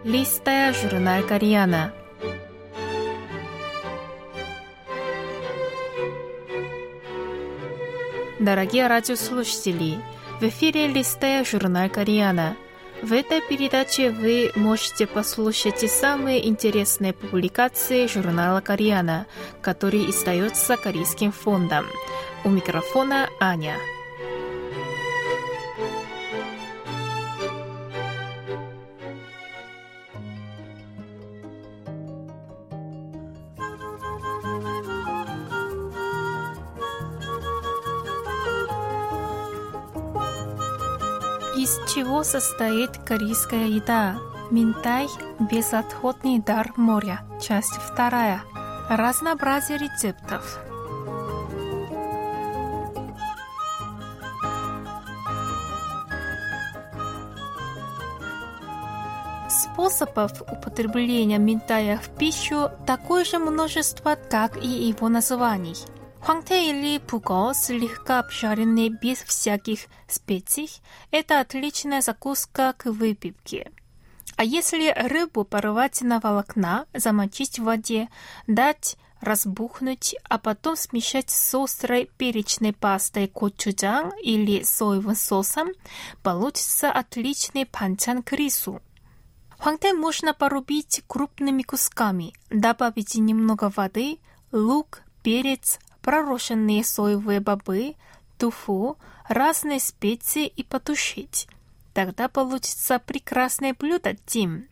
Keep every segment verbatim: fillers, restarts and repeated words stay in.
Листая журнал Кореяна. Дорогие радиослушатели, в эфире «Листая журнал Кореяна». В этой передаче вы можете послушать самые интересные публикации журнала Кореяна, который издается Корейским фондом. У микрофона Аня. Из чего состоит корейская еда? Минтай – безотходный дар моря. Часть вторая. Разнообразие рецептов. Способов употребления минтая в пищу такое же множество, как и его названий. Хвангте или пуго, слегка обжаренный без всяких специй, это отличная закуска к выпивке. А если рыбу порвать на волокна, замочить в воде, дать разбухнуть, а потом смешать с острой перечной пастой гочужang или соевым соусом, получится отличный банчан к рису. Хвангте можно порубить крупными кусками, добавить немного воды, лук, перец, пророщенные соевые бобы, туфу, разные специи и потушить. Тогда получится прекрасное блюдо тим.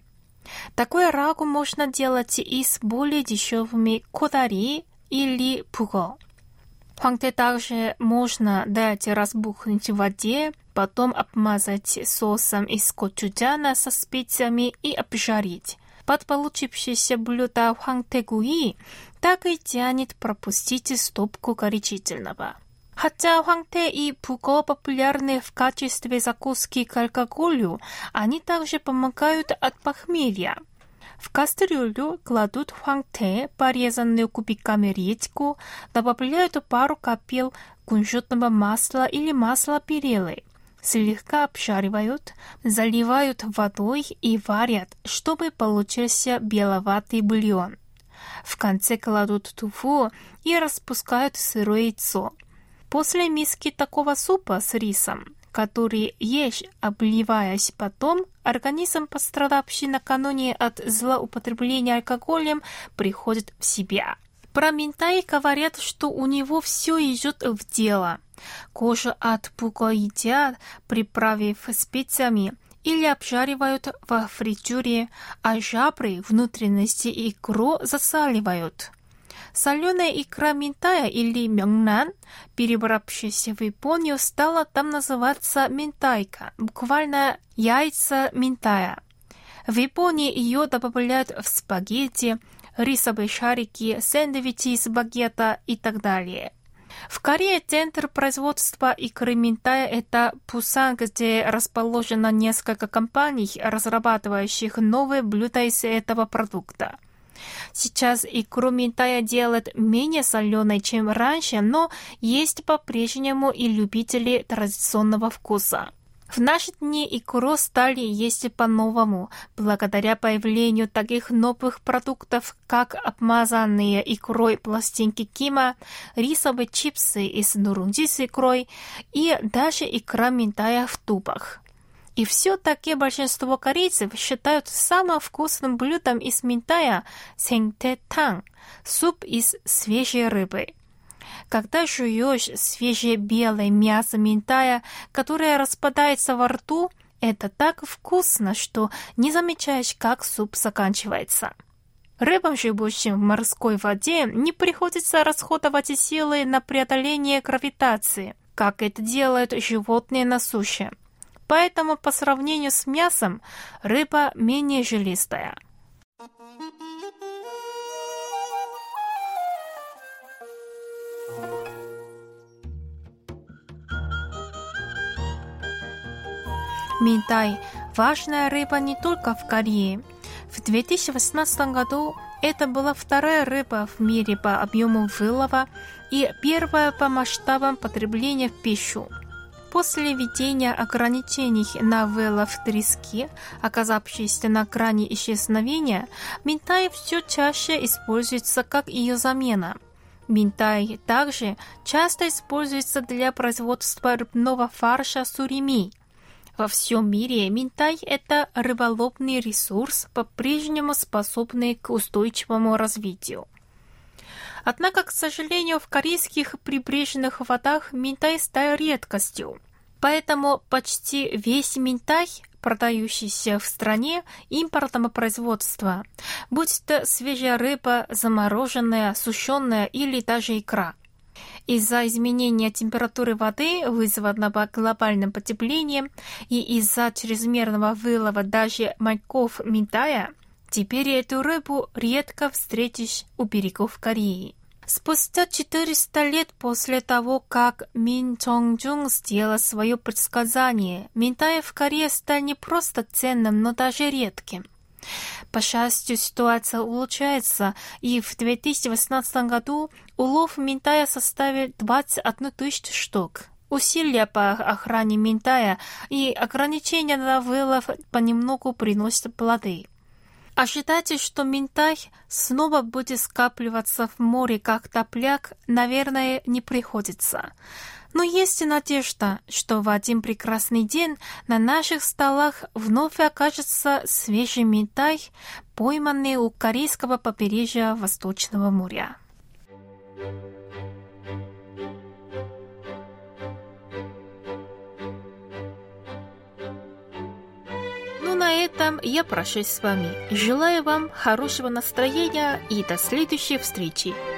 Такое рагу можно делать и с более дешевыми кодари или пуго. Хвангте также можно дать разбухнуть в воде, потом обмазать соусом из гочужана со специями и обжарить. Под получившееся блюдо хвангте-гуи так и тянет пропустить стопку горячительного. Хотя хвангте и пуго популярны в качестве закуски к алкоголю, они также помогают от похмелья. В кастрюлю кладут хвангте, порезанную кубиками редьку, добавляют пару капель кунжутного масла или масла перелы. Слегка обжаривают, заливают водой и варят, чтобы получился беловатый бульон. В конце кладут туфу и распускают сырое яйцо. После миски такого супа с рисом, который ешь, обливаясь потом, организм, пострадавший накануне от злоупотребления алкоголем, приходит в себя. Про минтай говорят, что у него все идет в дело. Кожу от пуго едят, приправив специями, или обжаривают во фритюре, а жабры, внутренности и икру засаливают. Соленая икра минтая или мёнгнан, перебравшаяся в Японию, стала там называться минтайка, буквально яйца минтая. В Японии ее добавляют в спагетти, рисовые шарики, сэндвичи из багета и так далее. В Корее центр производства икры минтая – это Пусан, где расположено несколько компаний, разрабатывающих новые блюда из этого продукта. Сейчас икру минтая делают менее соленой, чем раньше, но есть по-прежнему и любители традиционного вкуса. В наши дни икру стали есть по-новому, благодаря появлению таких новых продуктов, как обмазанные икрой пластинки кима, рисовые чипсы из нурунжи с икрой и даже икра минтая в тубах. И все-таки большинство корейцев считают самым вкусным блюдом из минтая сэнгtae-tang – суп из свежей рыбы. Когда жуешь свежее белое мясо минтая, которое распадается во рту, это так вкусно, что не замечаешь, как суп заканчивается. Рыбам, живущим в морской воде, не приходится расходовать силы на преодоление гравитации, как это делают животные на суше. Поэтому по сравнению с мясом рыба менее жилистая. Минтай – важная рыба не только в Корее. В две тысячи восемнадцатом году это была вторая рыба в мире по объему вылова и первая по масштабам потребления в пищу. После введения ограничений на вылов трески, оказавшейся на грани исчезновения, минтай все чаще используется как ее замена. Минтай также часто используется для производства рыбного фарша сурими. Во всем мире минтай – это рыболовный ресурс, по-прежнему способный к устойчивому развитию. Однако, к сожалению, в корейских прибрежных водах минтай стал редкостью. Поэтому почти весь минтай, продающийся в стране, импортного производства, будь то свежая рыба, замороженная, сушеная или даже икра. Из-за изменения температуры воды, вызванного глобальным потеплением, и из-за чрезмерного вылова даже мальков минтая, теперь эту рыбу редко встретишь у берегов Кореи. Спустя четыреста лет после того, как Мин Чонgjung сделал свое предсказание, минтай в Корее стал не просто ценным, но даже редким. По счастью, ситуация улучшается, и в две тысячи восемнадцатом году улов минтая составил двадцать одну тысячу штук. Усилия по охране минтая и ограничения на вылов понемногу приносят плоды. Ожидать, что минтай снова будет скапливаться в море как топляк, наверное, не приходится. Но есть надежда, что в один прекрасный день на наших столах вновь окажется свежий минтай, пойманный у корейского побережья Восточного моря. На этом я прощаюсь с вами. Желаю вам хорошего настроения и до следующей встречи.